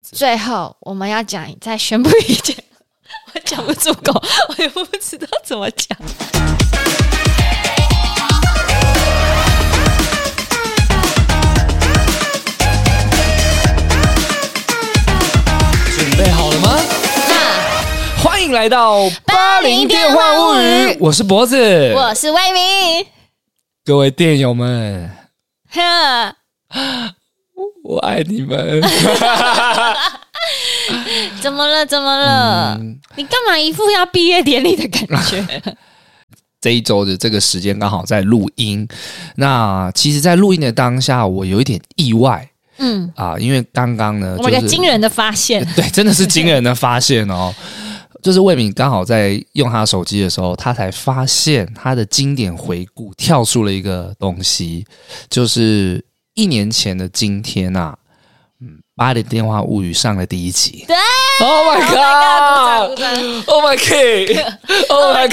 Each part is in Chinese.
子。 最后我们要讲，在宣布以前，我讲不出口，我也不知道怎么讲。 准备好了吗？欢迎来到80电话物语，我是脖子， 我是魏明， 各位电友们， 哼， 我爱你们。 怎么了？怎么了？你干嘛一副要毕业典礼的感觉？ 这一周的这个时间刚好在录音，那其实在录音的当下我有一点意外，因为刚刚呢， 我有个惊人的发现， 对，真的是惊人的发现哦。就是魏敏刚好在用他手机的时候，他才发现他的经典回顾跳出了一个东西，就是1年前的今天啊，80电话物语上了第一集。 对 ，Oh my God，Oh my God，Oh my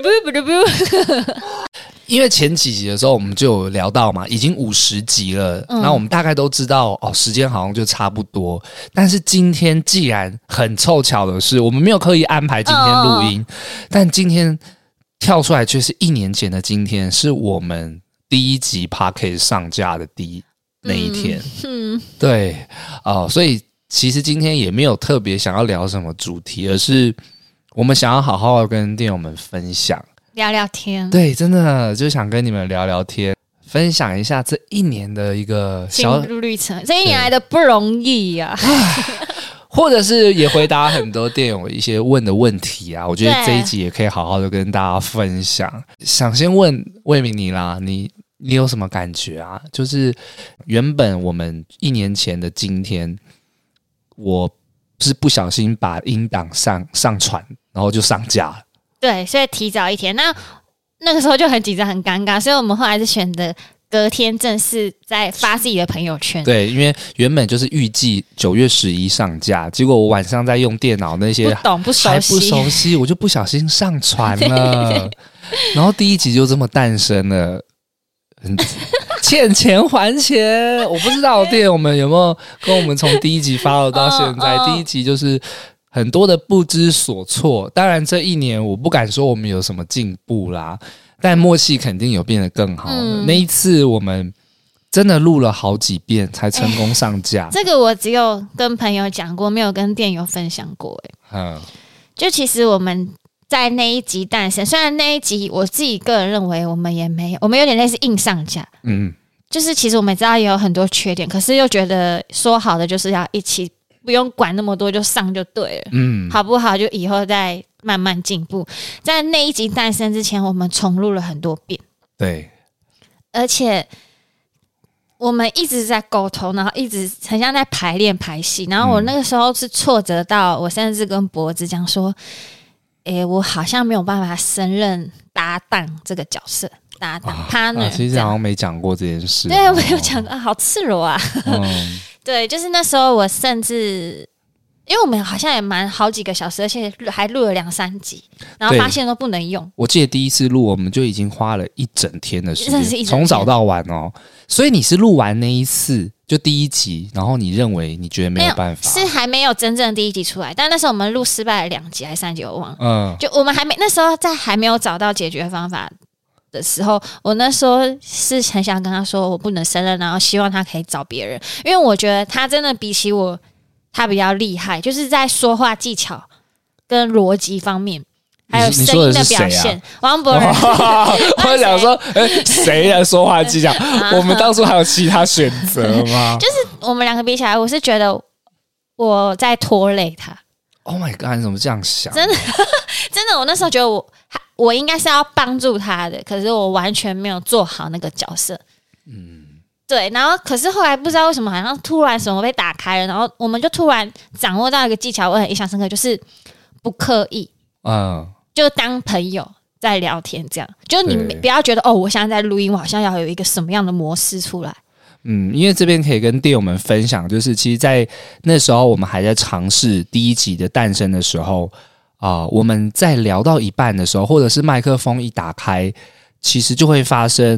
God。因为前几集的时候我们就有聊到嘛，已经50集了，那我们大概都知道时间好像就差不多。但是今天既然很凑巧的是，我们没有刻意安排今天录音，但今天跳出来却是1年前的今天，是我们第一集 Podcast 上架的那一天。对，所以其实今天也没有特别想要聊什么主题，而是我们想要好好的跟电友们分享。 聊聊天， 对，真的就想跟你们聊聊天，分享一下这1年的一个小心路历程。这1年来的不容易呀、 或者是也回答很多电友一些问的问题啊。我觉得这一集也可以好好的跟大家分享。想先问魏明你啦，你有什么感觉啊？就是原本我们1年前的今天，我是不小心把音档上传，然后就上架了。 对，所以提早一天，那个时候就很紧张、很尴尬，所以我们后来是选择隔天正式在发自己的朋友圈。 对，因为原本就是预计9月11上架，结果我晚上在用电脑那些不懂不熟悉， 我就不小心上传了，然后第一集就这么诞生了。欠钱还钱，我不知道店友们有没有跟我们从第一集follow到现在。第一集就是很多的不知所措，当然这1年我不敢说我们有什么进步啦，但默契肯定有变得更好了。那一次我们真的录了好几遍才成功上架。 这个我只有跟朋友讲过，没有跟店友分享过。就其实我们在那一集诞生，虽然那一集我自己个人认为我们有点类似硬上架，就是其实我们知道也有很多缺点，可是又觉得说好的就是要一起，不用管那么多，就上就对了。好不好？就以后再慢慢进步。在那一集诞生之前，我们重录了很多遍。 对， 而且我们一直在沟通，然后一直很像在排练排戏。然后我那个时候是挫折到，我甚至跟脖子讲说：“我好像没有办法胜任搭档这个角色。”搭档 partner， 其实好像没讲过这件事。 对，我没有讲过，好赤裸啊。对，就是那时候我甚至，因为我们好像也好几个小时，而且还录了2-3集，然后发现都不能用。 我记得第一次录，我们就已经花了1整天的时间， 真的是从早到晚哦。所以你是录完那一次就第一集，然后你觉得没有办法， 是还没有真正第一集出来，但那时候我们录失败了2集还是3集，我忘了。就我们那时候在还没有找到解决方法的时候，我那时候是很想跟他说我不能胜任，然后希望他可以找别人，因为我觉得他真的比起我，他比较厉害，就是在说话技巧跟逻辑方面，还有声音的表现。王博仁， 我想说，谁的说话技巧？我们当初还有其他选择吗？ 就是我们2个比起来，我是觉得我在拖累他。 Oh my god！ 你怎么这样想？ 真的，真的，我那时候觉得我应该是要帮助他的，可是我完全没有做好那个角色。对，然后可是后来不知道为什么，好像突然什么被打开了，然后我们就突然掌握到一个技巧，我很印象深刻，就是不刻意，就当朋友在聊天，这样，就你不要觉得我现在在录音，我好像要有一个什么样的模式出来。 因为这边可以跟店友们分享，就是其实在那时候我们还在尝试第一集的诞生的时候我们在聊到一半的时候，或者是麦克风一打开，其实就会发生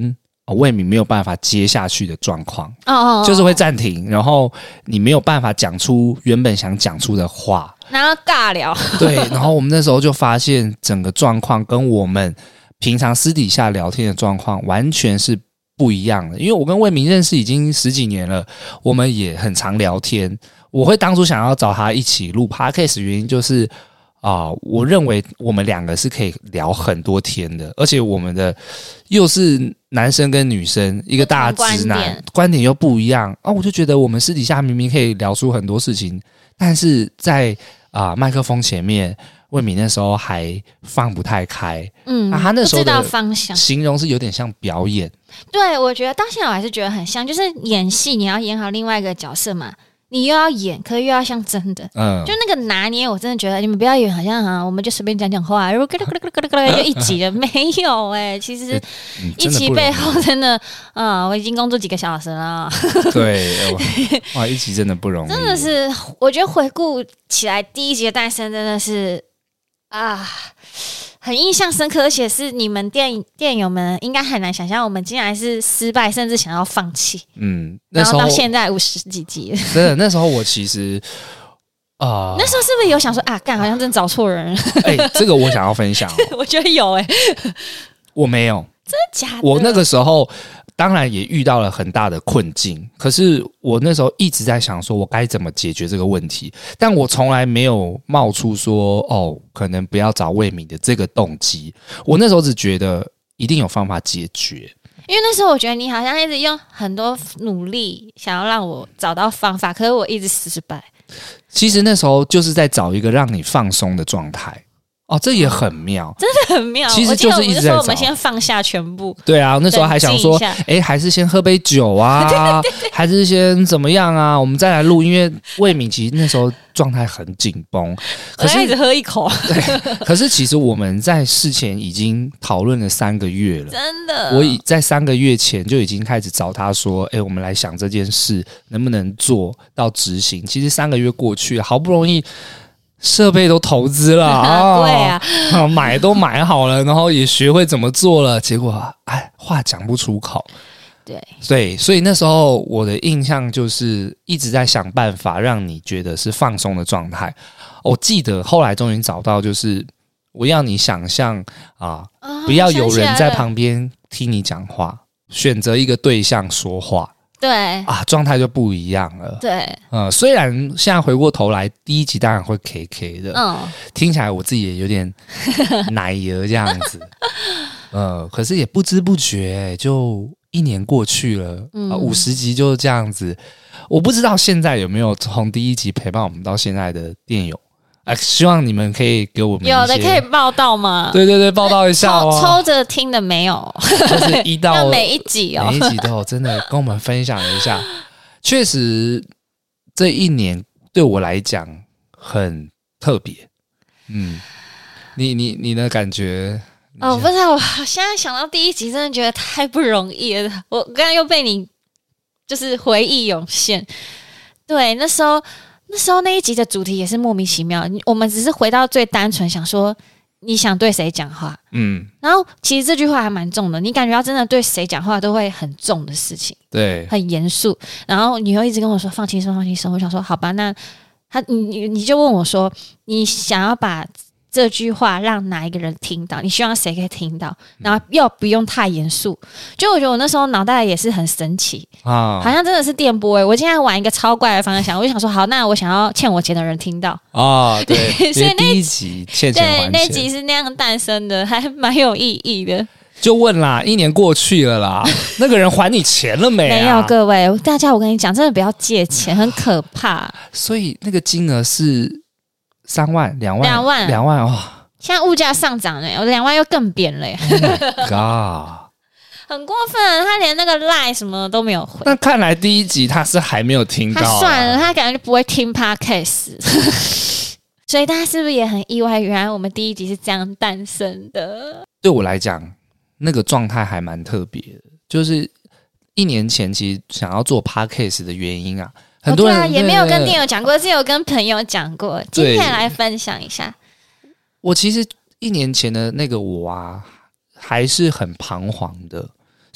魏敏没有办法接下去的状况，就是会暂停，然后你没有办法讲出原本想讲出的话， 然后尬聊。 对，然后我们那时候就发现整个状况跟我们平常私底下聊天的状况完全是不一样的。因为我跟魏敏认识已经10几年了，我们也很常聊天。我会当初想要找他一起录 podcast 的原因就是我认为我们两个是可以聊很多天的，而且我们的又是男生跟女生，一个大直男，观点又不一样我就觉得我们私底下明明可以聊出很多事情，但是在麦克风前面，魏敏那时候还放不太开，他那时候的形容是有点像表演。 对，我觉得到现在我还是觉得很像，就是演戏你要演好另外一个角色嘛。你又要演，可是又要像真的，就那个拿捏，我真的觉得你们不要以为好像我们就随便讲讲话，然后就一集了，没有其实一集背后真的我已经工作几个小时了。 对，哇，一集真的不容易， 真的是，我觉得回顾起来，第一集的诞生真的是很印象深刻，而且是你们电友们应该很难想象，我们竟然是失败，甚至想要放弃。 那时候然后到现在50几集了， 真的，那时候我其实那时候是不是有想说干好像真找错人了？ 这个我想要分享我觉得有我没有， 真的假的？ 我那个时候当然也遇到了很大的困境，可是我那时候一直在想说我该怎么解决这个问题，但我从来没有冒出说可能不要找魏敏的这个动机。我那时候只觉得一定有方法解决， 因为那时候我觉得你好像一直用很多努力想要让我找到方法，可是我一直失败。 其实那时候就是在找一个让你放松的状态。这也很妙， 真的很妙。 其实就是一直在找， 我们先放下全部。 对啊，那时候还想说，还是先喝杯酒啊，还是先怎么样啊？我们再来录，因为魏敏其实那时候状态很紧绷， 可是一直喝一口。 对，可是其实我们在事前已经讨论了3个月了， 真的。 我在3个月前就已经开始找他说，我们来想这件事能不能做到执行。其实3个月过去了，好不容易。设备都投资了对啊， 买都买好了，然后也学会怎么做了，结果话讲不出口。对，所以那时候我的印象就是一直在想办法让你觉得是放松的状态。我记得后来终于找到，就是我要你想象不要有人在旁边听你讲话，选择一个对象说话。 对状态就不一样了。 对， 虽然现在回过头来，第一集当然会 KK 的，听起来我自己也有点奶油这样子，可是也不知不觉就1年过去了，50集就这样子。我不知道现在有没有从第一集陪伴我们到现在的电友。希望你们可以给我们有的可以报道吗？ 对，报道一下抽着听的没有， 就是1到每一集每一集都有真的跟我们分享一下。确实，这1年对我来讲很特别。你的感觉？ 不是，我现在想到第一集，真的觉得太不容易了。我刚刚又被你就是回忆涌现。对，那时候那一集的主题也是莫名其妙，我们只是回到最单纯，想说你想对谁讲话，然后其实这句话还蛮重的，你感觉要真的对谁讲话都会很重的事情， 对， 很严肃，然后你又一直跟我说放轻松，放轻松，我想说好吧，那你就问我说，你想要把这句话让哪一个人听到？你希望谁可以听到？然后又不用太严肃。就我觉得我那时候脑袋也是很神奇好像真的是电波我现在往一个超怪的方向想，我就想说，好，那我想要欠我钱的人听到对，所以第一集欠钱还钱， 对，那集是那样诞生的，还蛮有意义的。 就问啦，1年过去了啦，那个人还你钱了没没有，各位大家，我跟你讲，真的不要借钱，很可怕。 所以那个金额是3万、2万、2万现在物价上涨了，2万又更扁了 Oh my God 很过分，他连那个 LINE 什么都没有回。 那看来第一集他是还没有听到他算了，他感觉就不会听 Podcast 所以大家是不是也很意外，原来我们第一集是这样诞生的？ 对我来讲那个状态还蛮特别的，就是1年前其实想要做 Podcast 的原因很多人也没有跟电友讲过，只有跟朋友讲过。今天来分享一下。我其实1年前的那个我还是很彷徨的，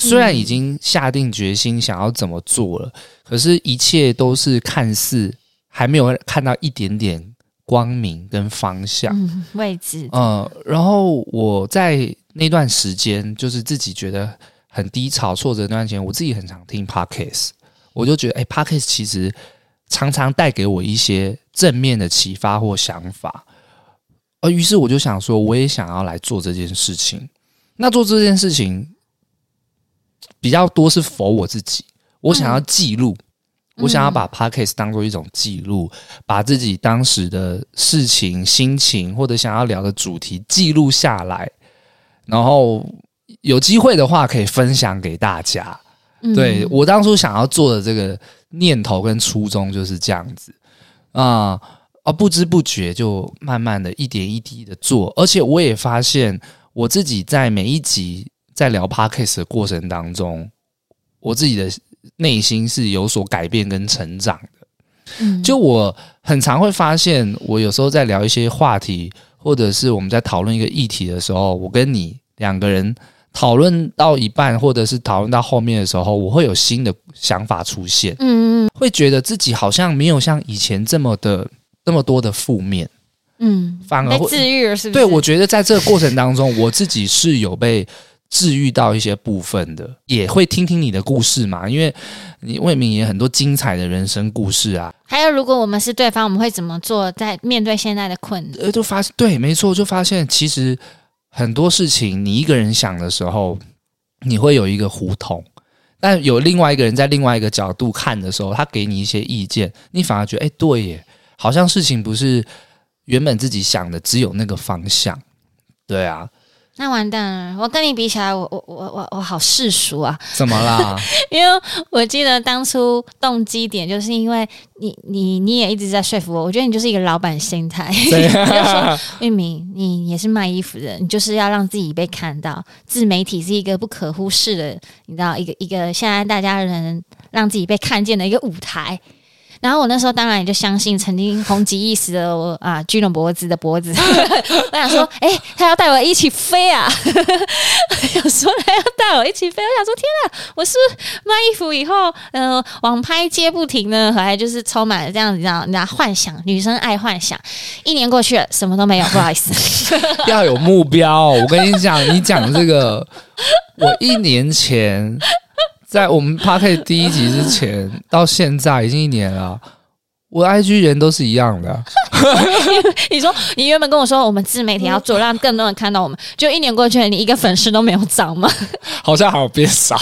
虽然已经下定决心想要怎么做了，可是一切都是看似还没有看到一点点光明跟方向， 位置。 然后我在那段时间就是自己觉得很低潮挫折那段时间，我自己很常听 Podcast， 我就觉得Podcast 其实常常带给我一些正面的启发或想法，于是我就想说我也想要来做这件事情。那做这件事情比较多是否我自己，我想要记录，我想要把 Podcast 当作一种记录，把自己当时的事情、心情或者想要聊的主题记录下来，然后有机会的话可以分享给大家。对，我当初想要做的这个念头跟初衷就是这样子不知不觉就慢慢的一点一滴的做，而且我也发现我自己在每一集在聊 Podcast 的过程当中，我自己的内心是有所改变跟成长的。就我很常会发现，我有时候在聊一些话题，或者是我们在讨论一个议题的时候，我跟你两个人讨论到一半，或者是讨论到后面的时候，我会有新的想法出现，会觉得自己好像没有像以前这么多的负面，反而被治愈了，是不是？ 对，我觉得在这个过程当中，我自己是有被治愈到一些部分的，也会听听你的故事嘛，因为你魏敏也很多精彩的人生故事啊。 还有，如果我们是对方，我们会怎么做？在面对现在的困难， 就发现对，没错，就发现其实很多事情你一个人想的时候，你会有一个胡同，但有另外一个人在另外一个角度看的时候，他给你一些意见，你反而觉得对耶，好像事情不是原本自己想的只有那个方向。对啊， 那完蛋了！我跟你比起来，我好世俗啊！ 怎么啦？ 因为我记得当初动机点就是因为你也一直在说服我，我觉得你就是一个老板心态。你就说玉明，你也是卖衣服的，你就是要让自己被看到。自媒体是一个不可忽视的，你知道，一个现在大家人让自己被看见的一个舞台。然后我那时候当然也就相信曾经红极一时的我居隆脖子的脖子，我想说，他要带我一起飞啊！有说他要带我一起飞，我想说，天啊，我是不是卖衣服以后，网拍接不停呢，还就是充满了这样子，你知道幻想，女生爱幻想。1年过去了，什么都没有，不好意思。 要有目标，我跟你讲，你讲这个，我1年前。在我们 Podcast 第1集之前到现在已经1年了，我的 IG 人都是一样的。 你说你原本跟我说我们自媒体要做，让更多人看到我们，就1年过去了，你一个粉丝都没有涨吗？ 好像还有变少。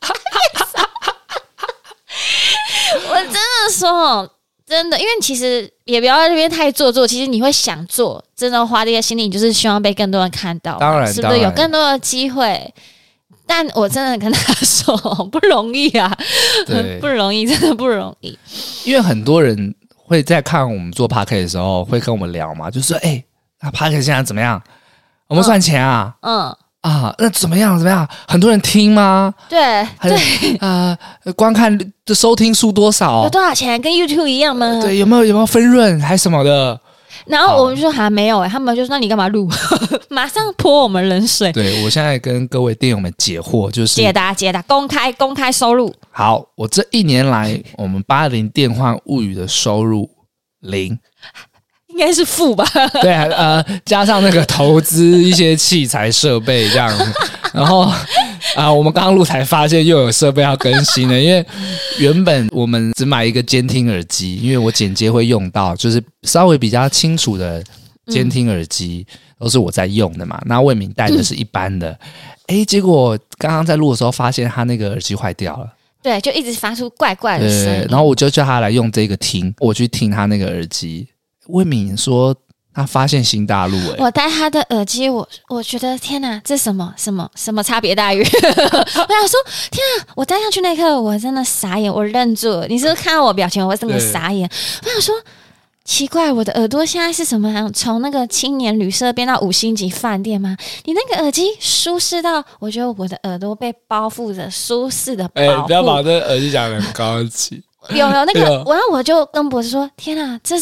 我真的说，真的，因为其实也不要在这边太做作，其实你会想做，真的花这些心力，你就是希望被更多人看到， 当然， 是不是有更多的机会？但我真的跟他说不容易啊，不容易，真的不容易。 因为很多人会在看我们做 Podcast 的时候，会跟我们聊嘛，就是说，那 Podcast 现在怎么样？我们赚钱啊？那怎么样？很多人听吗？ 对， 观看的收听数多少？ 有多少钱？跟 YouTube 一样吗？ 对，有没有分润还是什么的？ 然后我们就说还没有他们就说那你干嘛录？马上泼我们冷水。 对，我现在跟各位店友们解惑，就是解答，公开收入。 好，我这1年来，我们80电幻物语的收入0， 应该是负吧？ 对，加上那个投资一些器材设备这样子，然后我们刚刚录才发现又有设备要更新了，因为原本我们只买一个监听耳机，因为我剪接会用到，就是稍微比较清楚的监听耳机，都是我在用的嘛。那魏敏戴的是一般的，结果刚刚在录的时候发现他那个耳机坏掉了。 对，就一直发出怪怪的声音。 然后我就叫他来用这个听，我去听他那个耳机。魏敏说他发现新大陆我戴他的耳机，我觉得天哪，这什么差别待遇？我想说天啊，我戴上去那一刻我真的傻眼，我愣住了。你是不是看到我表情我真的傻眼？我想说奇怪，我的耳朵现在是什么？从那个青年旅社变到5星级饭店吗？你那个耳机舒适到我觉得我的耳朵被包覆着舒适的保护。 不要把这个耳机讲得很高级。 有那个，然后我就跟博士说：“天啊，这是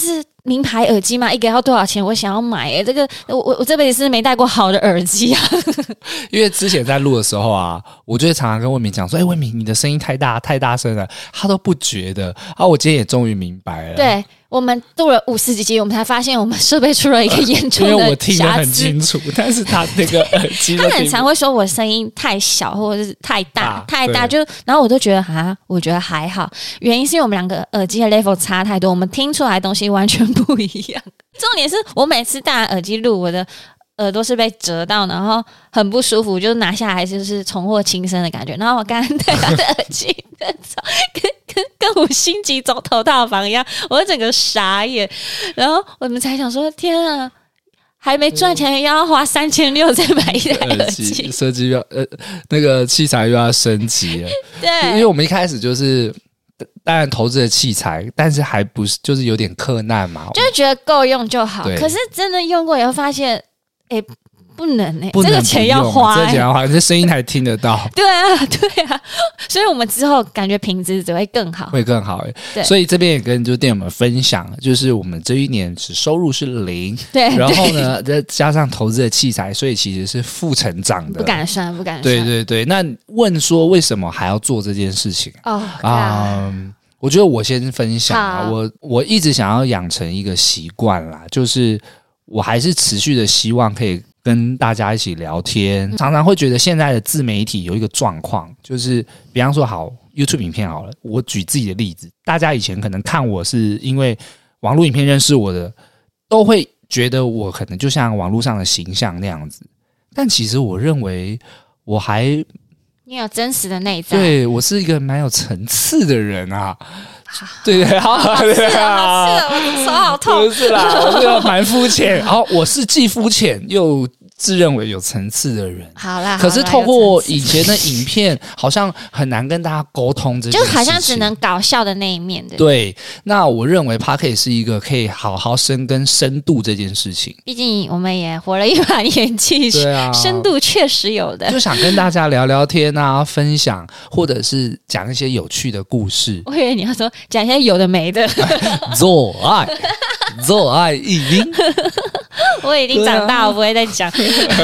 名牌耳机嘛，一个要多少钱？我想要买这个我这辈子是没戴过好的耳机啊。 因为之前在录的时候啊，我就会常常跟魏敏讲说：“魏敏，你的声音太大声了。”他都不觉得。我今天也终于明白了。 对，我们录了50几集，我们才发现我们设备出了一个严重的瑕疵。 因为我听得很清楚，但是他那个耳机他很常会说我声音太小或者是太大，然后我都觉得我觉得还好。原因是因为我们两个耳机的 level 差太多，我们听出来的东西完全不一样。重点是我每次戴耳机录，我的耳朵是被折到，然后很不舒服，就拿下来就是重获新生的感觉。然后我刚刚戴他的耳机，跟5星级总统套房一样，我整个傻眼。然后我们才想说，天啊！还没赚钱，要花3600再买一台耳机， 设计那个器材又要升级了。 对， 因为我们一开始就是当然投资的器材，但是还不是就是有点克难嘛， 就是觉得够用就好。可是真的用过以后发现，不能这个钱要花， 这个钱要花，这声音还听得到。 对啊，所以我们之后感觉品质只会更好， 会更好。所以这边也跟就店友们分享，就是我们这一年收入是0， 对， 然后呢再加上投资的器材，所以其实是负成长的， 不敢算。 对。那问说为什么还要做这件事情？我觉得我先分享我一直想要养成一个习惯啦，就是我还是持续的希望可以跟大家一起聊天。常常会觉得现在的自媒体有一个状况，就是比方说好 YouTube 影片好了，我举自己的例子，大家以前可能看我是因为网络影片认识我的，都会觉得我可能就像网络上的形象那样子，但其实我认为你有真实的内在， 对，我是一个蛮有层次的人啊。 对，好是啊，我手好痛。 不是啦，我是蛮肤浅，然后我是既肤浅又自认为有层次的人。 好啦， 可是透过以前的影片，好像很难跟大家沟通这件事情， 就好像只能搞笑的那一面的。 对，那我认为 Podcast 是一个可以好好深耕深度这件事情。 毕竟我们也活了一把年纪，对啊，深度确实有的。 就想跟大家聊聊天啊，分享，或者是讲一些有趣的故事。 我以为你要说讲一些有的没的，做爱意淫。我已经长大，我不会再讲。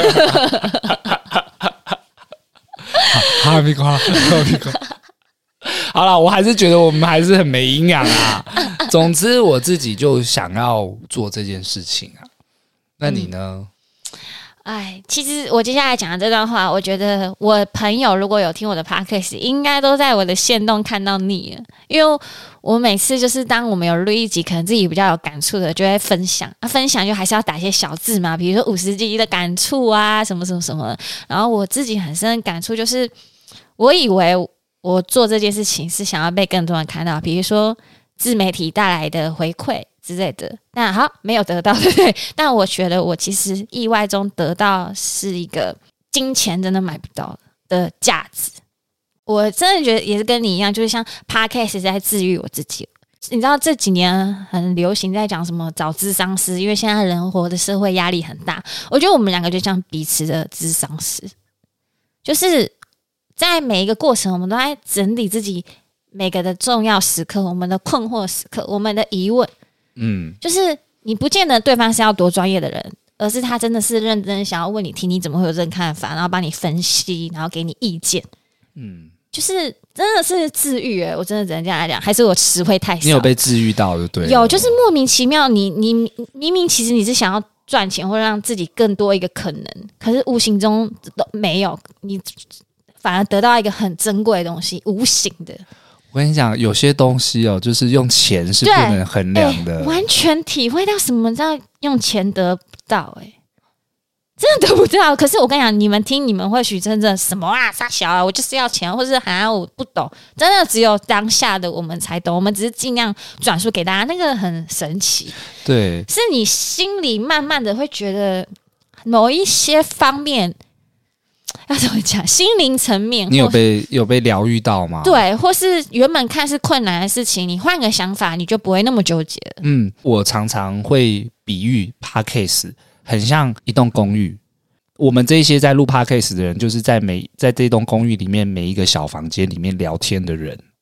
哈密瓜。好啦，我还是觉得我们还是很没营养啊。总之，我自己就想要做这件事情啊。那你呢？ 其实我接下来讲的这段话，我觉得我朋友如果有听我的 podcast， 应该都在我的限动看到你了，因为我每次就是当我们有录一集，可能自己比较有感触的，就会分享。分享就还是要打一些小字嘛，比如说50集的感触啊，什么什么什么。然后我自己很深的感触就是，我以为我做这件事情是想要被更多人看到，比如说自媒体带来的回馈之类的，但好没有得到，对不对？但我觉得我其实意外中得到是一个金钱真的买不到的价值。我真的觉得也是跟你一样，就是像 Podcast 在治愈我自己。你知道这几年很流行在讲什么找諮商師，因为现在人活的社会压力很大。我觉得我们两个就像彼此的諮商師，就是在每一个过程，我们都在整理自己每个的重要时刻，我们的困惑时刻，我们的疑问。就是你不见得对方是要多专业的人，而是他真的是认真想要问你听你怎么会有这种看法，然后帮你分析，然后给你意见。就是真的是治愈我真的只能这样来讲，还是我词汇太少？你有被治愈到就对了。 有，就是莫名其妙，你明明其实你是想要赚钱或让自己更多一个可能，可是无形中都没有，你反而得到一个很珍贵的东西，无形的。 我跟你讲，有些东西就是用钱是不能衡量的， 完全体会到什么叫用钱得不到，真的得不到。可是我跟你讲，你们听，你们或许真的什么傻小啊，我就是要钱，或是我不懂，真的只有当下的我们才懂，我们只是尽量转述给大家，那个很神奇。 对， 是你心里慢慢的会觉得某一些方面。要怎么讲？心灵层面， 你有被疗愈到吗？ 对，或是原本看是困难的事情，你换个想法，你就不会那么纠结了。 我常常会比喻 Podcast 很像一栋公寓，我们这些在录 Podcast 的人，就是在这栋公寓里面每一个小房间里面聊天的人。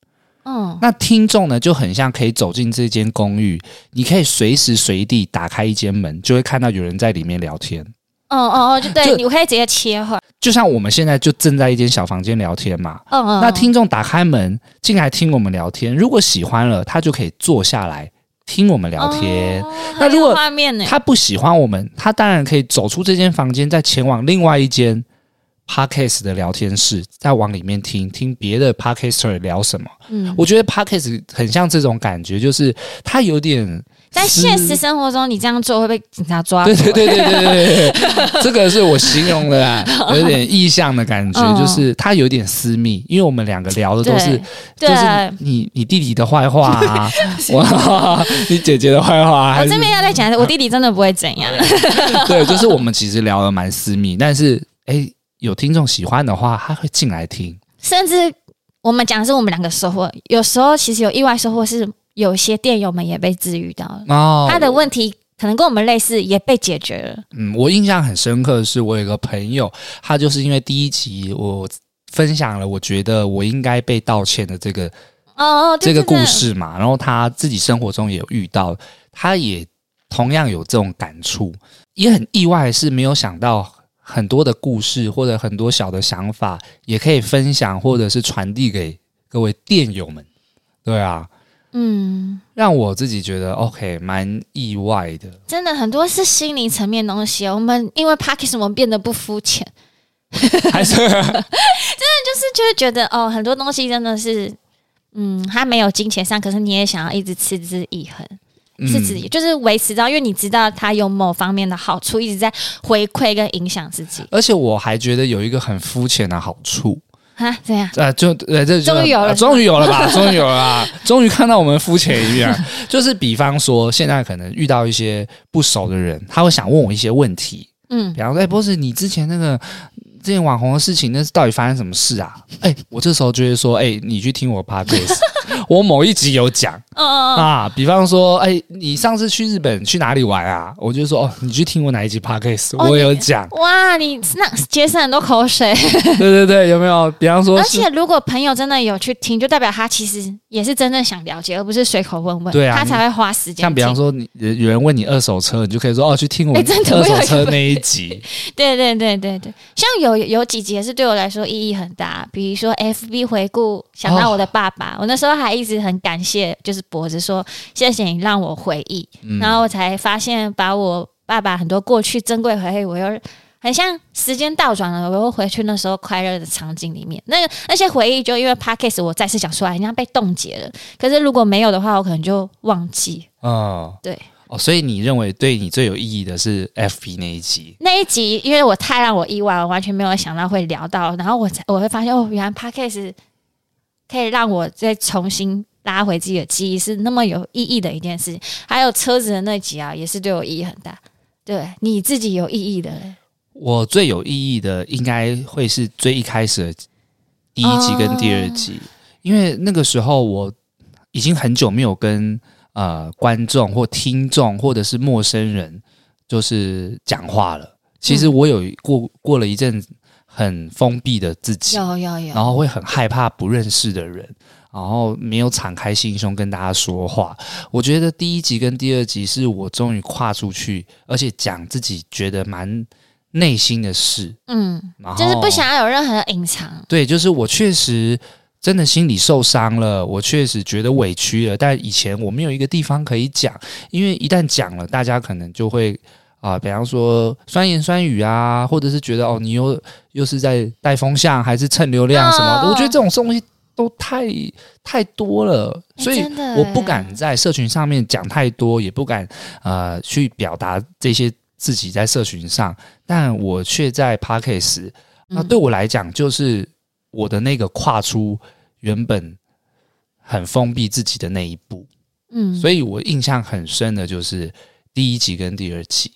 那听众呢就很像可以走进这间公寓，你可以随时随地打开一间门，就会看到有人在里面聊天。 就对，你可以直接切换， 就像我们现在就正在一间小房间聊天嘛。那听众打开门进来听我们聊天，如果喜欢了，他就可以坐下来听我们聊天。那如果他不喜欢我们，他当然可以走出这间房间，再前往另外一间 Podcast 的聊天室，再往里面听别的 Podcaster 聊什么。我觉得 Podcast 很像这种感觉，就是它有点在现实生活中，你这样做会被警察抓走。 对，这个是我形容的啦，有点意象的感觉，就是它有点私密，因为我们两个聊的都是，就是你弟弟的坏话啊，你姐姐的坏话。 我这边要再讲，我弟弟真的不会怎样。 对，就是我们其实聊得蛮私密，但是有听众喜欢的话，他会进来听。 甚至我们讲的是我们两个收获，有时候其实有意外收获，是有些店友们也被治愈到了，他的问题可能跟我们类似，也被解决了。 我印象很深刻的是，我有一个朋友，他就是因为第一集我分享了，我觉得我应该被道歉的这个这个故事嘛，然后他自己生活中也有遇到，他也同样有这种感触，也很意外的是没有想到。很多的故事或者很多小的想法也可以分享或者是传递给各位店友们。对啊，让我自己觉得 OK 蛮意外的。 真的很多是心灵层面的东西，我们因为 Podcast 我们变得不肤浅， 还是真的就是觉得很多东西真的是它没有金钱上，可是你也想要一直持之以恒。是自己，就是维持到，因为你知道它有某方面的好处，一直在回馈跟影响自己。 而且我还觉得有一个很肤浅的好处怎样？ 这终于有了， 终于有了吧？终于有了啦！终于看到我们肤浅一面。就是比方说，现在可能遇到一些不熟的人，他会想问我一些问题，比方说，boss，你之前那个。之前网红的事情，那是到底发生什么事啊？我这时候就会说，你去听我 podcast， 我某一集有讲比方说，你上次去日本去哪里玩啊？我就说，你去听我哪一集 podcast， 我有讲。 哇，你那节省很多口水。 对，有没有？比方说， 而且如果朋友真的有去听，就代表他其实也是真正想了解，而不是随口问问。 对啊， 他才会花时间。 像比方说，有人问你二手车，你就可以说，去听我二手车那一集。 对，像有几集也是对我来说意义很大，比如说 FB 回顾想到我的爸爸，我那时候还一直很感谢，就是脖子说谢谢你让我回忆，然后我才发现把我爸爸很多过去珍贵回忆，我又很像时间倒转了，我又回去那时候快乐的场景里面，那些回忆就因为 Podcast 我再次讲出来，人家被冻结了，可是如果没有的话，我可能就忘记。对。 所以你认为对你最有意义的是 FB 那一集？ 那一集，因为我太让我意外，我完全没有想到会聊到，然后我会发现原来 Podcast 可以让我再重新拉回自己的记忆，是那么有意义的一件事情。还有车子的那集也是对我意义很大。对，你自己有意义的嘞？ 我最有意义的应该会是最一开始的第一集跟第二集，因为那个时候我已经很久没有跟观众或听众或者是陌生人就是讲话了。其实我有过了一阵很封闭的自己，然后会很害怕不认识的人，然后没有敞开心胸跟大家说话。我觉得第一集跟第二集是我终于跨出去，而且讲自己觉得蛮内心的事， 就是不想要有任何的隐藏。 对，就是我确实真的心里受伤了，我确实觉得委屈了，但以前我没有一个地方可以讲，因为一旦讲了，大家可能就会比方说酸言酸语啊，或者是觉得你又是在带风向，还是蹭流量什么的，我觉得这种东西都太多了，所以我不敢在社群上面讲太多，也不敢去表达这些自己在社群上，但我却在 Podcast， 那对我来讲就是我的那个跨出原本很封闭自己的那一步，所以我印象很深的就是第一集跟第二集，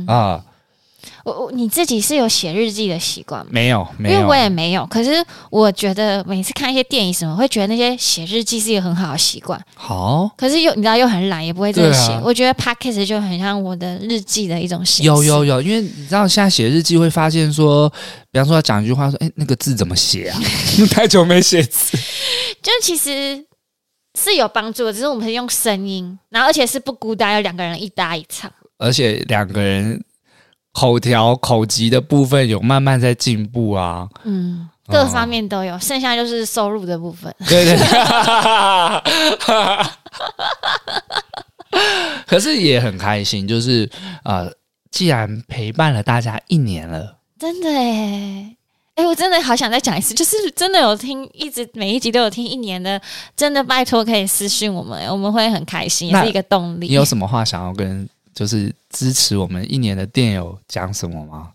你自己是有写日记的习惯吗？ 没有， 因为我也没有。可是我觉得每次看一些电影什么，会觉得那些写日记是一个很好的习惯。 好， 可是你知道又很懒，也不会这么写。我觉得 Podcast 就很像我的日记的一种形式。 有，因为你知道现在写日记会发现说，比方说要讲一句话说，那个字怎么写啊？太久没写字。 就其实是有帮助的，只是我们是用声音，然后而且是不孤单，有2个人一搭一唱， 而且2个人口条口级的部分有慢慢在进步啊。 各方面都有，剩下就是收入的部分。 对对可是也很开心，就是既然陪伴了大家1年了， 真的耶。我真的好想再讲一次，就是真的有听，一直每一集都有听1年的，真的拜托可以私讯我们，我们会很开心，也是一个动力。 你有什么话想要跟就是支持我们1年的电友讲什么吗？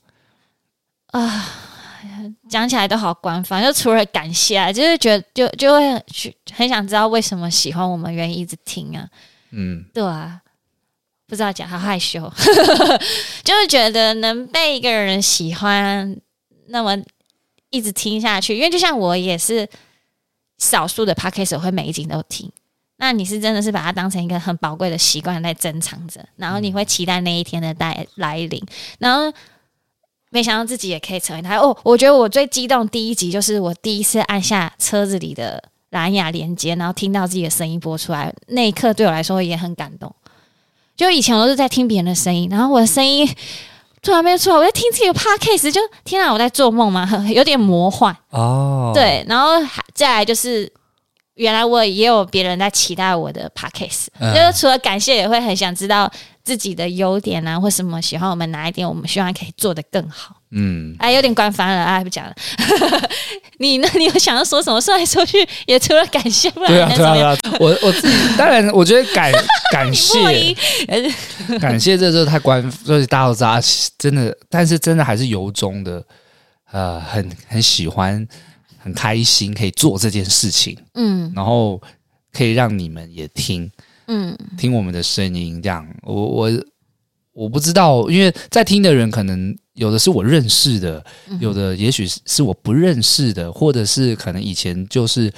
讲起来都好官方，就除了感谢啊，就是觉得就会很想知道为什么喜欢我们，愿意一直听啊。对啊，不知道讲，好害羞，就是觉得能被一个人喜欢，那么一直听下去，因为就像我也是少数的 podcast 我会每一集都听，那你是真的是把它当成一个很宝贵的习惯在珍藏着，然后你会期待那一天的来临，然后没想到自己也可以成为他。我觉得我最激动第1集就是我第一次按下车子里的蓝牙连接，然后听到自己的声音播出来，那一刻对我来说也很感动。就以前我都是在听别人的声音，然后我的声音突然没出来，我在听自己的 podcast， 就天啊，我在做梦吗？有点魔幻对，然后再来就是原来我也有别人在期待我的 podcast，就是除了感谢，也会很想知道自己的优点啊，或什么喜欢我们哪一点，我们希望可以做得更好。有点官方了，不讲了。你呢？你有想要说什么？说来说去也除了感谢，不然对啊。我自己当然，我觉得感谢感谢这就太就是大家都知道，真的，但是真的还是由衷的，很喜欢，很开心可以做这件事情，然后可以让你们也听我们的声音，这样我不知道，因为在听的人可能有的是我认识的，有的也许是我不认识的，或者是可能以前就是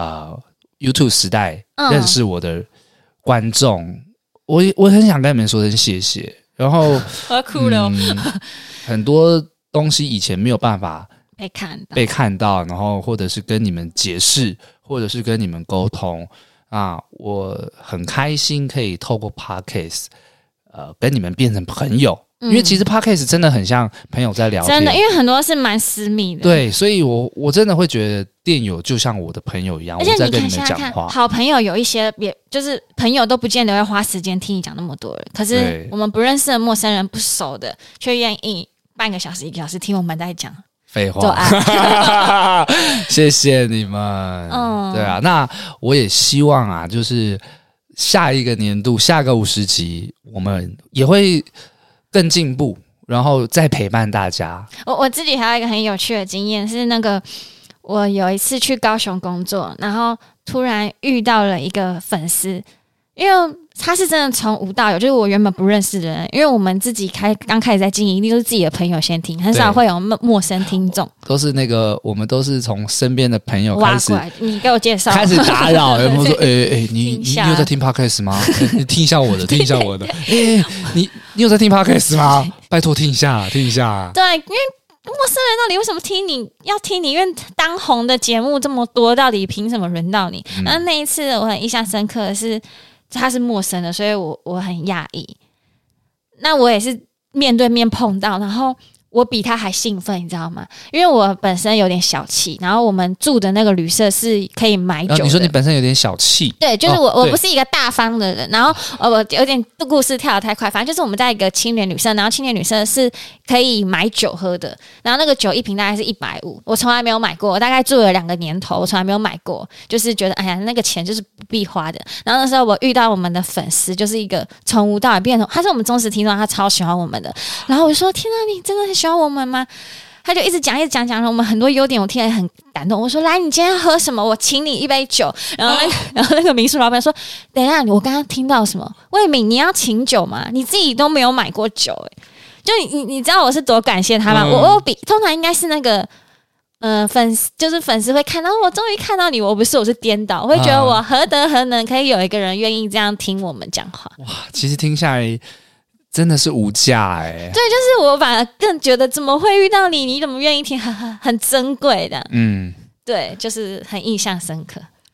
YouTube 时代认识我的观众，我很想跟你们说声谢谢。然后我要哭了很多东西以前没有办法被看到，然后或者是跟你们解释，或者是跟你们沟通我很开心可以透过 Podcast跟你们变成朋友，因为其实 Podcast 真的很像朋友在聊天， 真的，因为很多是蛮私密的。 对，所以我真的会觉得电友就像我的朋友一样， 而且我在跟你们讲看话。 好朋友有一些就是朋友都不见得会花时间听你讲那么多人，可是我们不认识的陌生人、不熟的，却愿意半个小时、1个小时听我们在讲。 废话，谢谢你们。对啊，那我也希望就是下一个年度、下个50集，我们也会更进步，然后再陪伴大家。 我自己还有一个很有趣的经验是，我有一次去高雄工作，然后突然遇到了一个粉丝，因为他是真的从无到有，就是我原本不认识的人，因为我们自己刚开始在经营，一定都是自己的朋友先听，很少会有陌生听众， 都是我们都是从身边的朋友开始， 你给我介绍， 开始打扰，有没有说你有在听 podcast 吗？你听一下我的，听一下我的，你有在听 podcast 吗？拜托听一下。对，因为陌生人到底为什么要听你？因为当红的节目这么多，到底凭什么轮到你？然后那一次我很印象深刻的是，他是陌生的，所以我很讶异。那我也是面对面碰到，然后我比他还兴奋，你知道吗？因为我本身有点小气，然后我们住的那个旅社是可以买酒的。 你说你本身有点小气？ 对，就是我不是一个大方的人，然后我有点故事跳得太快，反正就是我们在一个青年旅社，然后青年旅社是可以买酒喝的，然后那个酒一瓶大概是150，我从来没有买过，我大概住了2个年头，我从来没有买过，就是觉得哎呀那个钱就是不必花的。然后那时候我遇到我们的粉丝，就是一个从无到有变成，他是我们忠实听众，他超喜欢我们的，然后我就说天啊，你真的很喜欢我们吗？他就一直讲我们很多优点，我听了很感动。我说来，你今天要喝什么？我请你1杯酒。然后那个民宿老板说，等一下，我刚刚听到什么？魏敏，你要请酒吗？你自己都没有买过酒就你知道我是多感谢他吗？我通常应该是那个粉丝会看到我终于看到你，我是颠倒，我会觉得我何德何能可以有一个人愿意这样听我们讲话。 哇，其实听下来真的是无价对， 就是我反而更觉得怎么会遇到你？你怎么愿意听？很珍贵的。对，就是很印象深刻。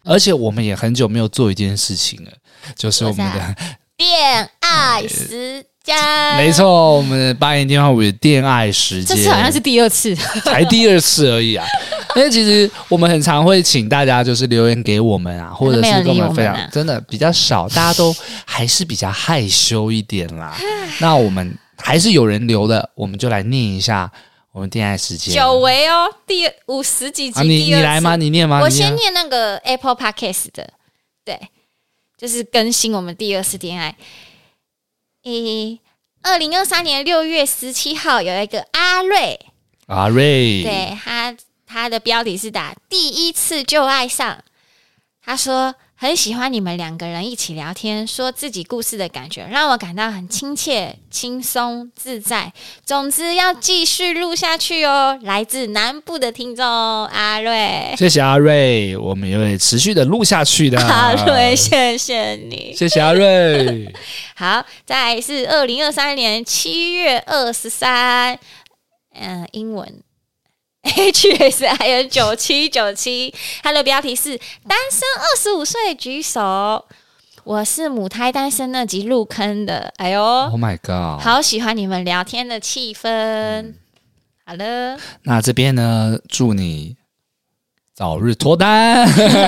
而且我们也很久没有做一件事情了，就是我们的恋爱时间。 没错，我们的8言电话舞的恋爱时间， 这次好像是第2次， 才第2次而已啊。因为其实我们很常会请大家就是留言给我们啊，或者是跟我们分享，真的比较少，大家都还是比较害羞一点啦。那我们还是有人留的，我们就来念一下我们恋爱时间。 久违哦，第50几集， 你来吗？你念吗？ 我先念那个 Apple Podcast 的，对，就是更新我们第2次恋爱。2023年6月17号有一个阿瑞，对他的标题是打第1次就爱上。他说很喜欢你们2个人一起聊天，说自己故事的感觉，让我感到很亲切、轻松、自在。总之要继续录下去哦。来自南部的听众阿瑞， 谢谢阿瑞，我们也会持续的录下去的。 阿瑞，谢谢你， 谢谢阿瑞。 好，再来是2023年7月23，英文。HSIN9797，他的标题是单身25岁举手。我是母胎单身那集入坑的，哎呦 ，Oh my god， 好喜欢你们聊天的气氛。好了， 那这边呢，祝你早日脱单。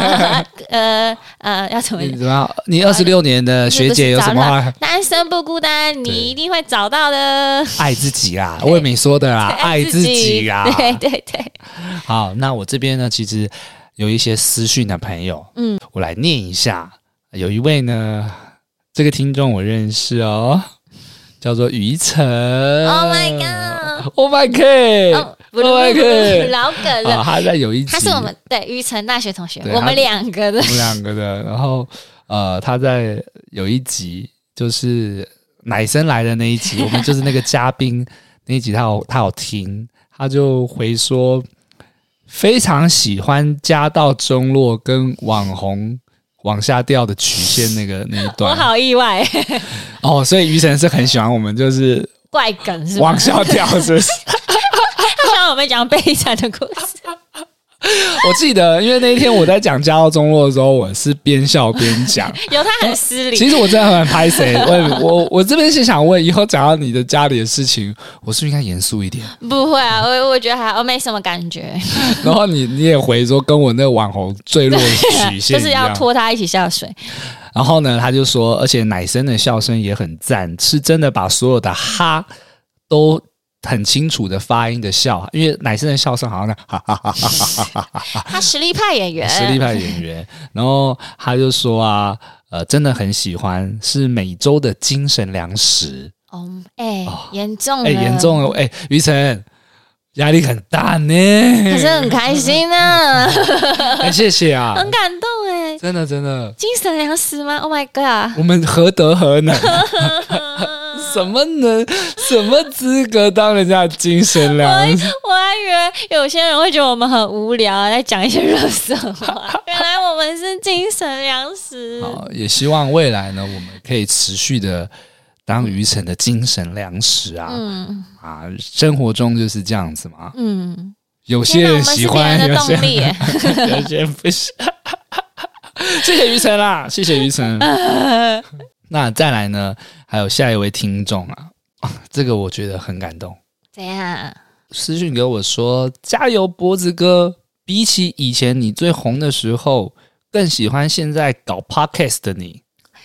要怎么样？你26年的学姐有什么话？ 单身不孤单，你一定会找到的。 爱自己啦，魏敏说的啦，爱自己啦。 对。 好，那我这边呢，其实有一些私讯的朋友，我来念一下。有一位呢，这个听众我认识哦，叫做于晨。 Oh my god！Oh my god！Oh my god！ 老梗了。 他在有一集， 他是我们于晨大学同学，我们2个的。 我们2个的。然后他在有一集，就是奶生来的那一集，我们就是那个嘉宾那一集，他有听，他就回说非常喜欢家道中落跟网红往下掉的曲线那一段。 我好意外哦，所以于晨是很喜欢我们就是怪梗是吧？ 往下掉是不是？ 他喜欢我们讲悲惨的故事。 我记得，因为那一天我在讲家道中落的时候，我是边笑边讲， 有他很失礼。 其实我真的很拍谁，我这边是想问，以后讲到你的家里的事情，我是不是应该严肃一点？ 不会啊，我觉得我没什么感觉。 然后你也回说，跟我那个网红坠落的曲线就是要拖他一起下水。 然后呢，他就说，而且奶生的笑声也很赞，是真的把所有的哈都很清楚的发音的笑，因为奶生的笑声好像哈哈哈哈哈哈。 他实力派演员， 然后他就说啊，真的很喜欢，是每周的精神粮食。 严重了， 严重了，于晨压力很大呢， 可是很开心啊。 谢谢啊， 很感动真的精神粮食吗 ？Oh my god， 我们何德何能？什么资格当人家的精神粮食？ 我还以为有些人会觉得我们很无聊，在讲一些热色话。原来我们是精神粮食。 好，也希望未来呢，我们可以持续的当于晨的精神粮食啊。生活中就是这样子嘛。有些人喜欢，有些人不是。谢谢于晨啦，谢谢于晨。那再来呢？还有下一位听众啊，这个我觉得很感动。 怎样？ 私讯给我说：“加油，脖子哥！比起以前你最红的时候，更喜欢现在搞 podcast 的你。”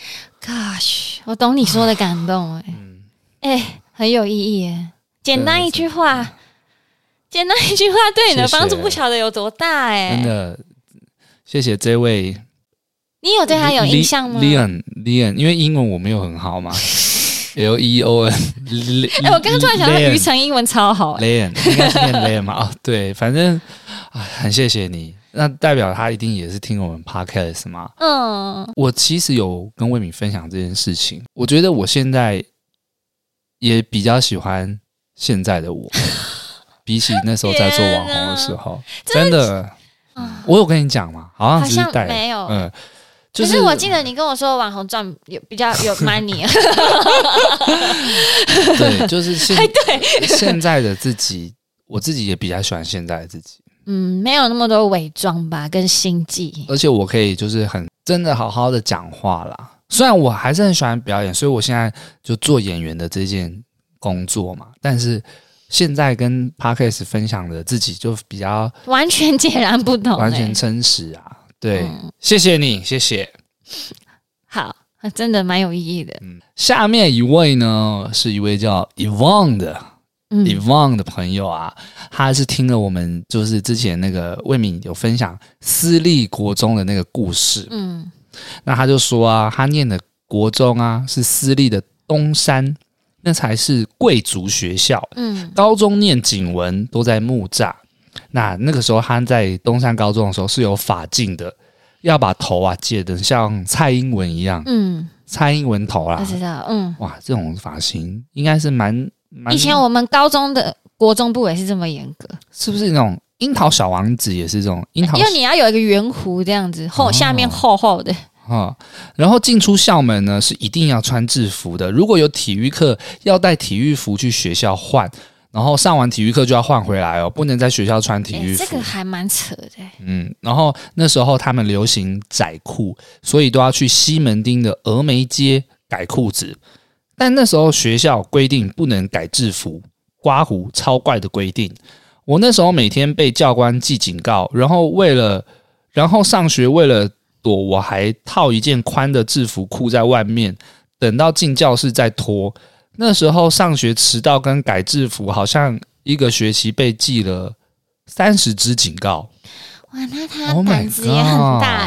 Gosh， 我懂你说的感动很有意义耶。简单一句话对你的帮助不晓得有多大真的，谢谢这位。 你有对他有印象吗 ？Leon， 因为英文我没有很好嘛。Leon， 我刚刚突然想到于晨英文超好 ，Leon 应该是念 Leon 嘛？对，反正很谢谢你。那代表他一定也是听我们 podcast 嘛？我其实有跟魏敏分享这件事情，我觉得我现在也比较喜欢现在的我，比起那时候在做网红的时候，真的。我有跟你讲吗？好像只是带没有。 可是我记得你跟我说网红赚比较有 money。 对，就是现在的自己，我自己也比较喜欢现在的自己。 没有那么多伪装吧，跟心计。 而且我可以就是很真的好好的讲话啦。虽然我还是很喜欢表演，所以我现在就做演员的这件工作嘛，但是现在跟 Podcast 分享的自己就比较完全截然不同， 完全真实啊。对，谢谢你，谢谢。 好，真的蛮有意义的。 下面一位呢，是一位叫 Yvonne 的朋友啊，他是听了我们就是之前那个魏敏有分享私立国中的那个故事，那他就说啊，他念的国中啊是私立的东山，那才是贵族学校，高中念景文都在木栅，那个时候他在东山高中的时候是有发镜的，要把头啊剪得像蔡英文一样，蔡英文头啦， 我知道， 哇，这种发型应该是蛮以前我们高中的国中部也是这么严格， 是不是那种樱桃小王子也是这种樱桃？ 因为你要有一个圆弧这样子，下面厚厚的。 然后进出校门呢是一定要穿制服的，如果有体育课要带体育服去学校换，然后上完体育课就要换回来哦，不能在学校穿体育服。 这个还蛮扯的。 然后那时候他们流行窄裤，所以都要去西门町的峨眉街改裤子。但那时候学校规定不能改制服，刮胡超怪的规定。我那时候每天被教官记警告，然后上学为了躲，我还套一件宽的制服裤在外面，等到进教室再脱。那时候上学迟到跟改制服，好像一个学期被记了30支警告。 哇，那他胆子也很大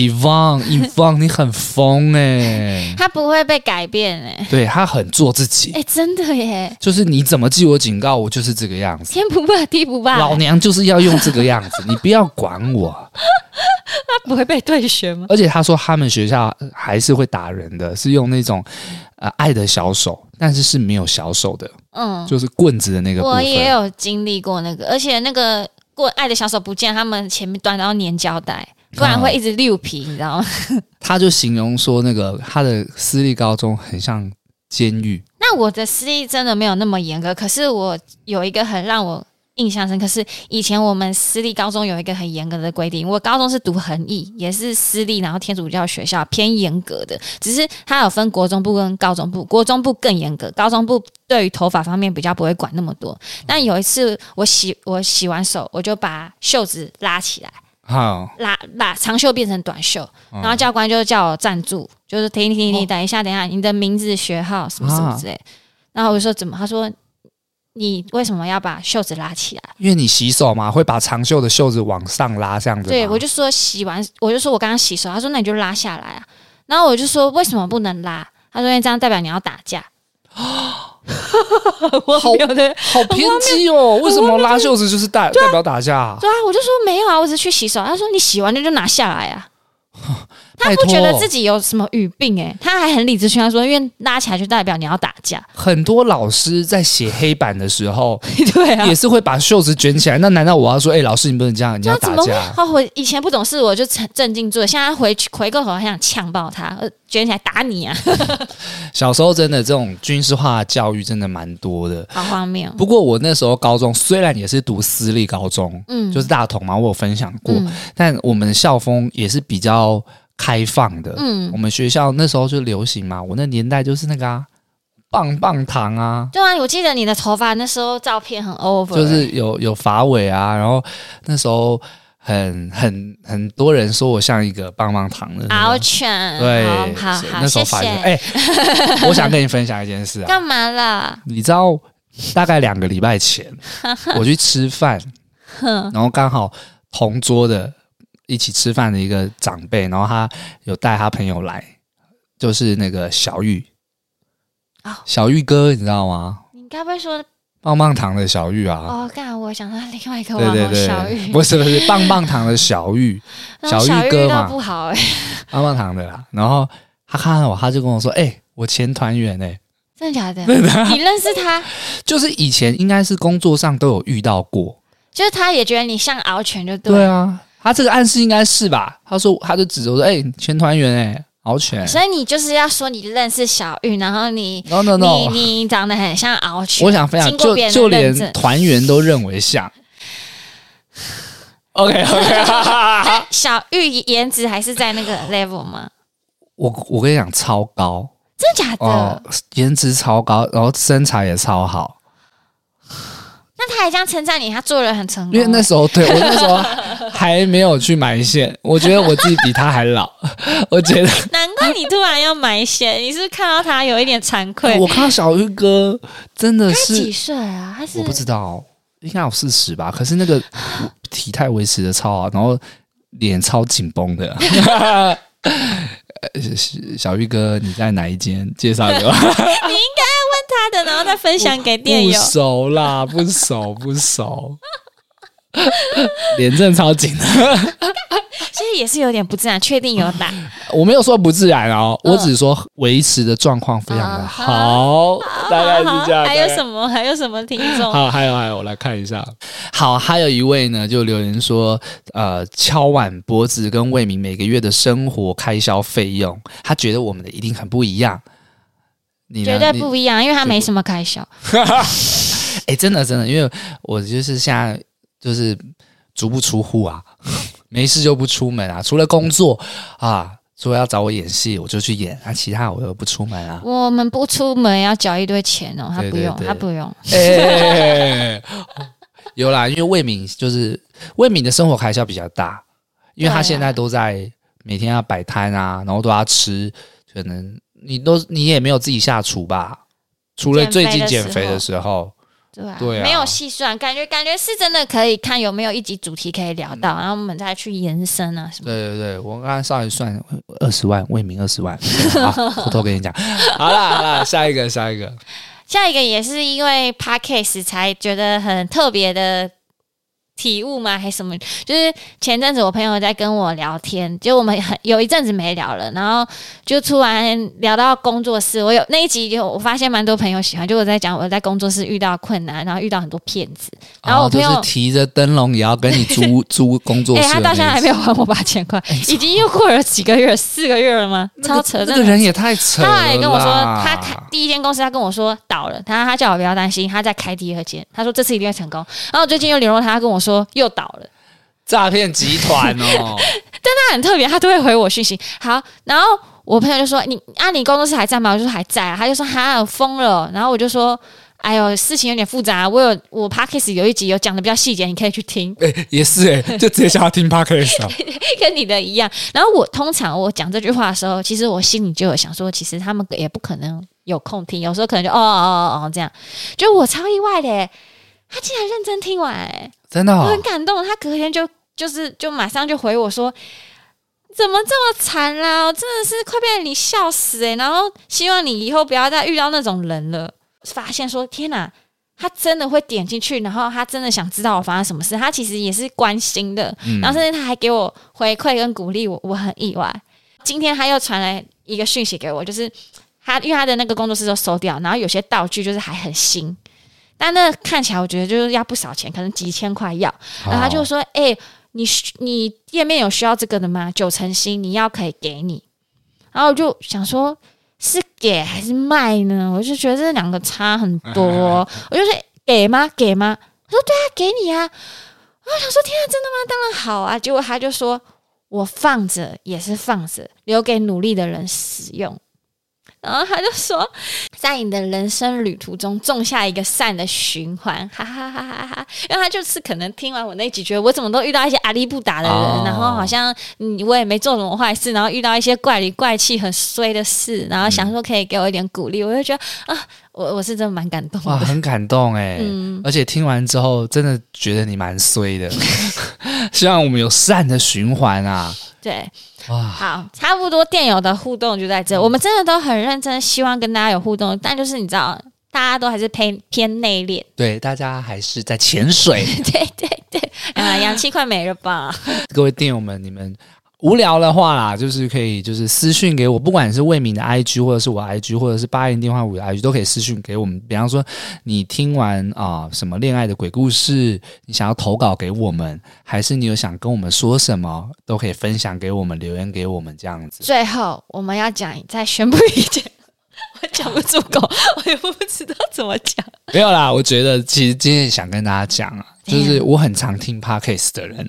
Yvonne 你很疯他不会被改变对，他很做自己真的耶， 就是你怎么记我警告，我就是这个样子， 天不怕地不怕， 老娘就是要用这个样子，你不要管我。 他不会被退学吗？ 而且他说他们学校还是会打人的，是用那种爱的小手，但是没有小手的，就是棍子的那个部分。 我也有经历过那个，而且那个爱的小手不见，他们前面端到粘胶带，不然会一直溜皮，你知道吗？ 他就形容说，那个他的私立高中很像监狱。 那我的私立真的没有那么严格，可是我有一个很让我印象深刻，是以前我们私立高中有一个很严格的规定。我高中是读恒毅，也是私立，然后天主教学校，偏严格的。只是它有分国中部跟高中部，国中部更严格，高中部对于头发方面比较不会管那么多。但有一次我洗完手，我就把袖子拉起来，拉长袖变成短袖，然后教官就叫我站住，就是停，等一下，你的名字、学号什么什么之类。然后我就说怎么？他说，你为什么要把袖子拉起来？ 因为你洗手嘛，会把长袖的袖子往上拉，这样子。 对，我就说我刚刚洗手，他说那你就拉下来啊。然后我就说为什么不能拉？他说因为这样代表你要打架。好偏激哦！为什么拉袖子就是代表打架？ 对啊，我就说没有啊，我只是去洗手。他说你洗完了就拿下来啊。他不觉得自己有什么语病他还很理直气壮说，因为拉起来就代表你要打架。 很多老师在写黑板的时候， 对啊， 也是会把袖子卷起来。那难道我要说，老师你不能这样，你要打架？ 我以前不懂事，我就镇静住了。现在回过头，很想呛爆他，卷起来打你啊！ 小时候真的这种军事化的教育真的蛮多的， 好荒谬。 不过我那时候高中虽然也是读私立高中，就是大同嘛，我有分享过，但我们的校风也是比较开放的。我们学校那时候就流行嘛，我那年代就是那个棒棒糖啊。 对啊，我记得你的头发那时候照片很 over， 就是有发尾啊，然后那时候很多人说我像一个棒棒糖的獒犬。 对， 好， 那时候发现我想跟你分享一件事啊。 干嘛啦？ 你知道大概2个礼拜前我去吃饭，然后刚好同桌的一起吃饭的一个长辈，然后他有带他朋友来，就是那个小玉，小玉哥，你知道吗？ 你该不会说棒棒糖的小玉啊？ 干，我想到另外一个网红小玉， 不是棒棒糖的小玉，小玉哥嘛， 不好棒棒糖的啦。然后他看到我，他就跟我说：“我前团员真的假的？ 真的你认识他？ 就是以前应该是工作上都有遇到过， 就是他也觉得你像獒犬就对。 对啊。”他这个暗示应该是吧？他就指着我说：“前团员獒犬。” 所以你就是要说你认识小玉，然后你 no， 你长得很像獒犬。 我想分享，就连团员都认为像。 OK， 小玉颜值还是在那个 level 吗？ 我跟你讲，超高， 真的假的？ 颜值超高，然后身材也超好。 那他还这样称赞你，他做人很成功。 因为那时候我那时候还没有去埋线，我觉得我自己比他还老。我觉得难怪你突然要埋线，你是不是看到他有一点惭愧？ 我看到小玉哥真的是他几岁啊？他是我不知道，应该有40吧。可是那个体态维持的超好，然后脸超紧绷的。小玉哥，你在哪一间？介绍给我。 你应该要问他的，然后再分享给店友。 不熟啦，不熟。脸真的超紧的。 所以也是有点不自然，确定有打？ 我没有说不自然哦，我只是说维持的状况非常的好，大概是这样。 还有什么听众？ 好，还有，我来看一下。好，还有一位呢，就留言说，敲碗脖子跟魏明每个月的生活开销费用，他觉得我们的一定很不一样。你绝对不一样，因为他没什么开销。 真的，因为我就是现在就是足不出户啊。没事就不出门啊，除了工作啊，除了要找我演戏，我就去演啊，其他我又不出门啊。 我们不出门要缴一堆钱哦，他不用，他不用。 有啦，因为魏敏的生活开销比较大，因为他现在都在每天要摆摊啊，然后都要吃，可能你也没有自己下厨吧？除了最近减肥的时候。对啊， 没有细算，感觉是真的可以看有没有一集主题可以聊到，然后我们再去延伸啊什么。 对，我刚刚稍微算20万，魏明20万，好，偷偷跟你讲。好啦，下一个也是因为 Podcast 才觉得很特别的体悟吗？还是什么？就是前阵子我朋友在跟我聊天，就我们有一阵子没聊了，然后就突然聊到工作室。我有那一集，我发现蛮多朋友喜欢，就我在讲我在工作室遇到困难，然后遇到很多骗子。然后我朋友、 就是提着灯笼也要跟你租工作室。 他到现在还没有还我8000块，已经又过了几个月，4个月了吗？超扯！ 这个人也太扯了。 他还跟我说，他第一间公司，他跟我说倒了，他叫我不要担心，他在开第2间。他说这次一定会成功。然后最近又联络他跟我说又倒了， 诈骗集团哦。 但他很特别，他都会回我讯息。好，然后我朋友就说你工作室还在吗？我就说还在啊。他就说哈疯了。然后我就说哎呦，事情有点复杂。我 Podcast 有一集有讲的比较细节，你可以去听。 也是就直接叫他听 Podcast 啊。 跟你的一样。然后通常我讲这句话的时候，其实我心里就有想说，其实他们也不可能有空听，有时候可能就这样。就我超意外的耶，他竟然认真听完真的我很感动。他隔天就马上就回我说，怎么这么惨啦？我真的是快被你笑死然后希望你以后不要再遇到那种人了。发现说天哪，他真的会点进去，然后他真的想知道我发生什么事，他其实也是关心的，然后甚至他还给我回馈跟鼓励我很意外。今天他又传来一个讯息给我，就是因为他的那个工作室都收掉，然后有些道具就是还很新，但那看起来我觉得就是要不少钱，可能几千块要。然后他就说你店面有需要这个的吗？9成新，你要可以给你。然后我就想说是给还是卖呢？我就觉得这两个差很多我就说给吗？他说对啊，给你啊。我想说天啊，真的吗？当然好啊。结果他就说我放着也是放着，留给努力的人使用。然后他就说，在你的人生旅途中种下一个善的循环，哈哈哈哈哈！因为他就是可能听完我那几句，我怎么都遇到一些阿里不达的人，然后好像我也没做什么坏事，然后遇到一些怪里怪气、很衰的事，然后想说可以给我一点鼓励，我就觉得啊，我是真的蛮感动的， 哇，很感动而且听完之后真的觉得你蛮衰的，希望我们有善的循环啊， 对。好，差不多电友的互动就在这。我们真的都很认真，希望跟大家有互动，但就是你知道，大家都还是偏内敛。 对，大家还是在潜水。 对，氧气快没了吧？ 各位电友们，你们无聊的话啦，就是可以就是私讯给我，不管是魏敏的 IG 或者是我 IG 或者是80电话5的 IG 都可以私讯给我们。比方说你听完什么恋爱的鬼故事，你想要投稿给我们，还是你有想跟我们说什么，都可以分享给我们，留言给我们这样子。 最后我们要讲再宣布一件，我讲不出口，我也不知道怎么讲。 没有啦，我觉得其实今天想跟大家讲就是我很常听 Podcast 的人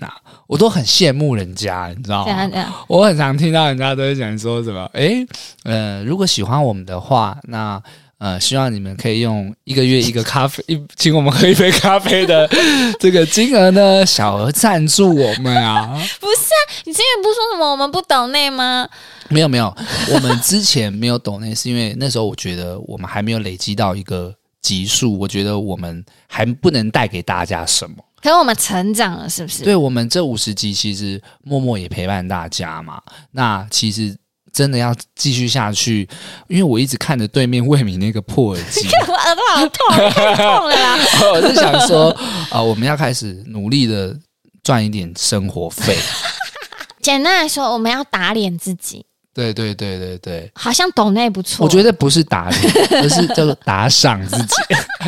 我都很羡慕人家，你知道吗？我很常听到人家都会讲说什么，如果喜欢我们的话，那希望你们可以用1个月1个咖啡，请我们喝一杯咖啡的这个金额呢，小额赞助我们啊。 不是啊，你之前不是说什么我们不抖内吗？ 没有，我们之前没有抖内，是因为那时候我觉得我们还没有累积到一个级数，我觉得我们还不能带给大家什么。 可是我们成长了，是不是？ 对，我们这50集其实默默也陪伴大家嘛。那其实真的要继续下去，因为我一直看着对面魏敏那个破耳机， 我耳朵好痛，太痛了啦！ 我就想说，我们要开始努力的赚一点生活费。 简单来说，我们要打脸自己。 对， 好像抖内不错。 我觉得不是打脸，而是叫做打赏自己。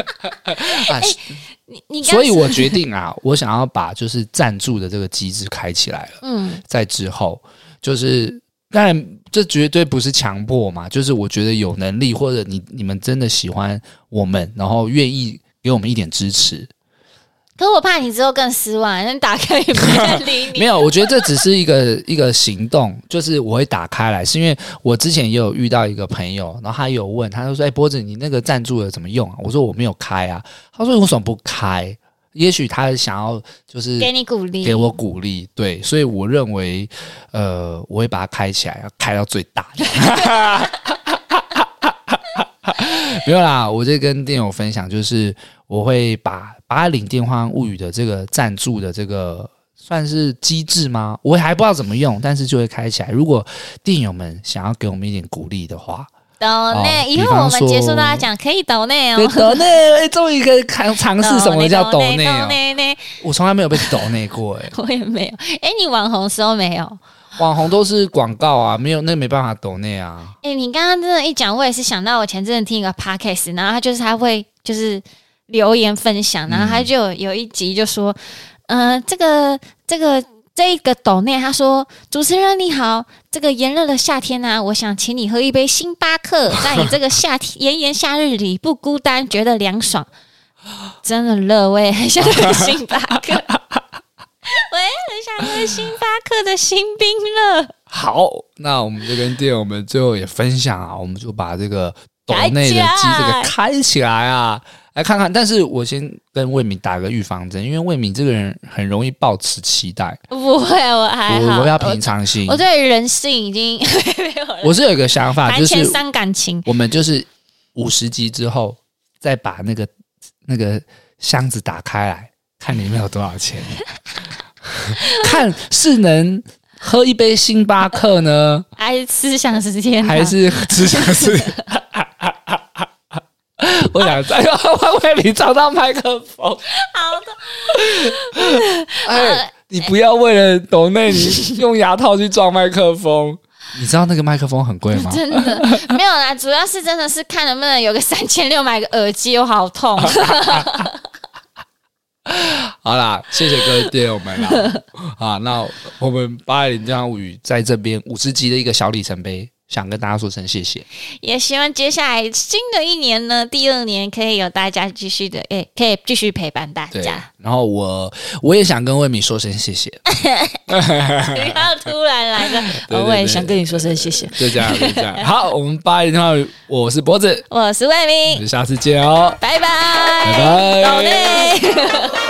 所以我决定啊，我想要把就是赞助的这个机制开起来了。在之后就是当然这绝对不是强迫嘛，就是我觉得有能力或者你们真的喜欢我们，然后愿意给我们一点支持。 可是我怕你之后更失望，人打开也没人理你。 没有，我觉得这只是一个行动，就是我会打开来，是因为我之前也有遇到一个朋友，然后他有问，他就说：“波子，你那个赞助的怎么用啊？”我说：“我没有开啊。”他说：“为什么不开？”也许他想要就是给你鼓励， 给我鼓励，对，所以我认为，我会把它开起来，要开到最大的。没有啦，我就跟店友分享，就是我会把八零电话物语的这个赞助的这个算是机制吗？我还不知道怎么用，但是就会开起来。如果店友们想要给我们一点鼓励的话， 抖内，以后我们结束大家讲可以抖内哦， 对，抖内，终于可以尝试什么叫抖内哦。我从来没有被抖内过， 我也没有。你网红时候没有？ 网红都是广告啊，没有那没办法抖内啊。 你刚刚真的一讲，我也是想到我前阵子听一个 podcast， 然后他会就是留言分享，然后他就有一集就说，这个抖内，他说主持人你好，这个炎热的夏天啊，我想请你喝一杯星巴克，在你这个炎炎夏日里不孤单，觉得凉爽，真的热，我也很想喝星巴克。我也很想喝星巴克的新冰乐。好， 那我们就跟店友们最后也分享啊，我们就把这个抖内的机这个开起来啊，来看看。但是我先跟魏敏打个预防针，因为魏敏这个人很容易抱持期待。 不会，我还好， 我要平常心。 我对人性已经没有了。 我是有一个想法，就是伤感情。 我们就是50集之后，再把那个箱子打开来，看里面有多少钱。看是能喝一杯星巴克呢， 还是吃享时间？ 还是吃享时间？我想再为你找到麦克风。 好的。 你不要为了抖内你用牙套去撞麦克风。你知道那个麦克风很贵吗？ 真的没有啦，主要是真的是看能不能有个3600买个耳机，我好痛。 好啦，谢谢各位店友们啦。啊，那我们810电话物语在这边50集的一个小里程碑，想跟大家说声谢谢。 也希望接下来新的一年呢，第2年可以有大家继续的，可以继续陪伴大家。 然后我也想跟魏敏说声谢谢。 不要突然来的，我也想跟你说声谢谢。 就这样。好，我们810电话物语，我是脖子， 我是魏敏， 我们下次见哦， 拜拜， 拜拜。 抖内。